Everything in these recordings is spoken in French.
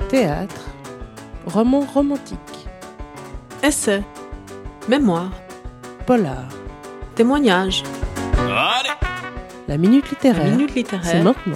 Théâtre, roman romantique, essai, mémoire, polar, témoignage. Allez. La minute littéraire, La minute littéraire. c'est maintenant.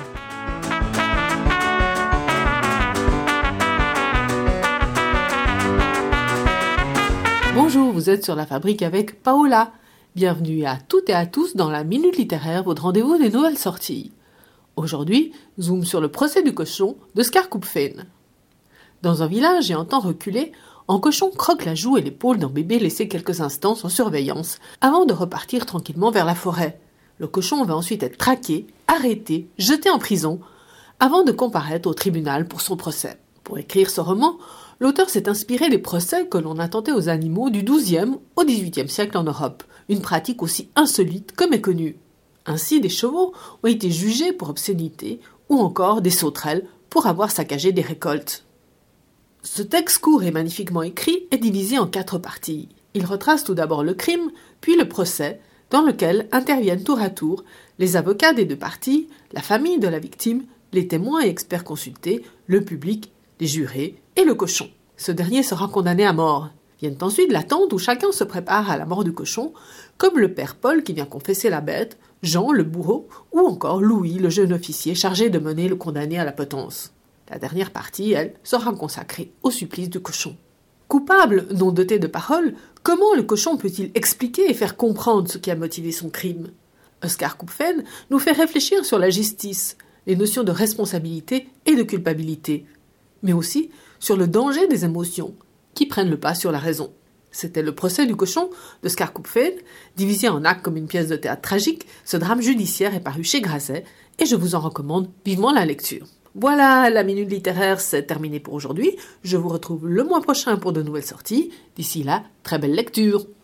Bonjour, vous êtes sur La Fabrique avec Paola. Bienvenue à toutes et à tous dans la minute littéraire, votre rendez-vous des nouvelles sorties. Aujourd'hui, zoom sur le procès du cochon d'Oscar Kupfen. Dans un village et en temps reculé, un cochon croque la joue et l'épaule d'un bébé laissé quelques instants sans surveillance avant de repartir tranquillement vers la forêt. Le cochon va ensuite être traqué, arrêté, jeté en prison, avant de comparaître au tribunal pour son procès. Pour écrire ce roman, l'auteur s'est inspiré des procès que l'on attendait aux animaux du XIIe au XVIIIe siècle en Europe, une pratique aussi insolite que méconnue. Ainsi, des chevaux ont été jugés pour obscénité ou encore des sauterelles pour avoir saccagé des récoltes. Ce texte court et magnifiquement écrit est divisé en 4 parties. Il retrace tout d'abord le crime, puis le procès, dans lequel interviennent tour à tour les avocats des 2 parties, la famille de la victime, les témoins et experts consultés, le public, les jurés et le cochon. Ce dernier sera condamné à mort. Viennent ensuite l'attente où chacun se prépare à la mort du cochon, comme le père Paul qui vient confesser la bête, Jean le bourreau, ou encore Louis le jeune officier chargé de mener le condamné à la potence. La dernière partie, elle, sera consacrée au supplice du cochon. Coupable, non doté de parole, comment le cochon peut-il expliquer et faire comprendre ce qui a motivé son crime ? Oscar Kupfen nous fait réfléchir sur la justice, les notions de responsabilité et de culpabilité, mais aussi sur le danger des émotions qui prennent le pas sur la raison. C'était le procès du cochon d'Oscar Kupfen, divisé en actes comme une pièce de théâtre tragique. Ce drame judiciaire est paru chez Grasset et je vous en recommande vivement la lecture. Voilà, la minute littéraire, c'est terminé pour aujourd'hui. Je vous retrouve le mois prochain pour de nouvelles sorties. D'ici là, très belle lecture.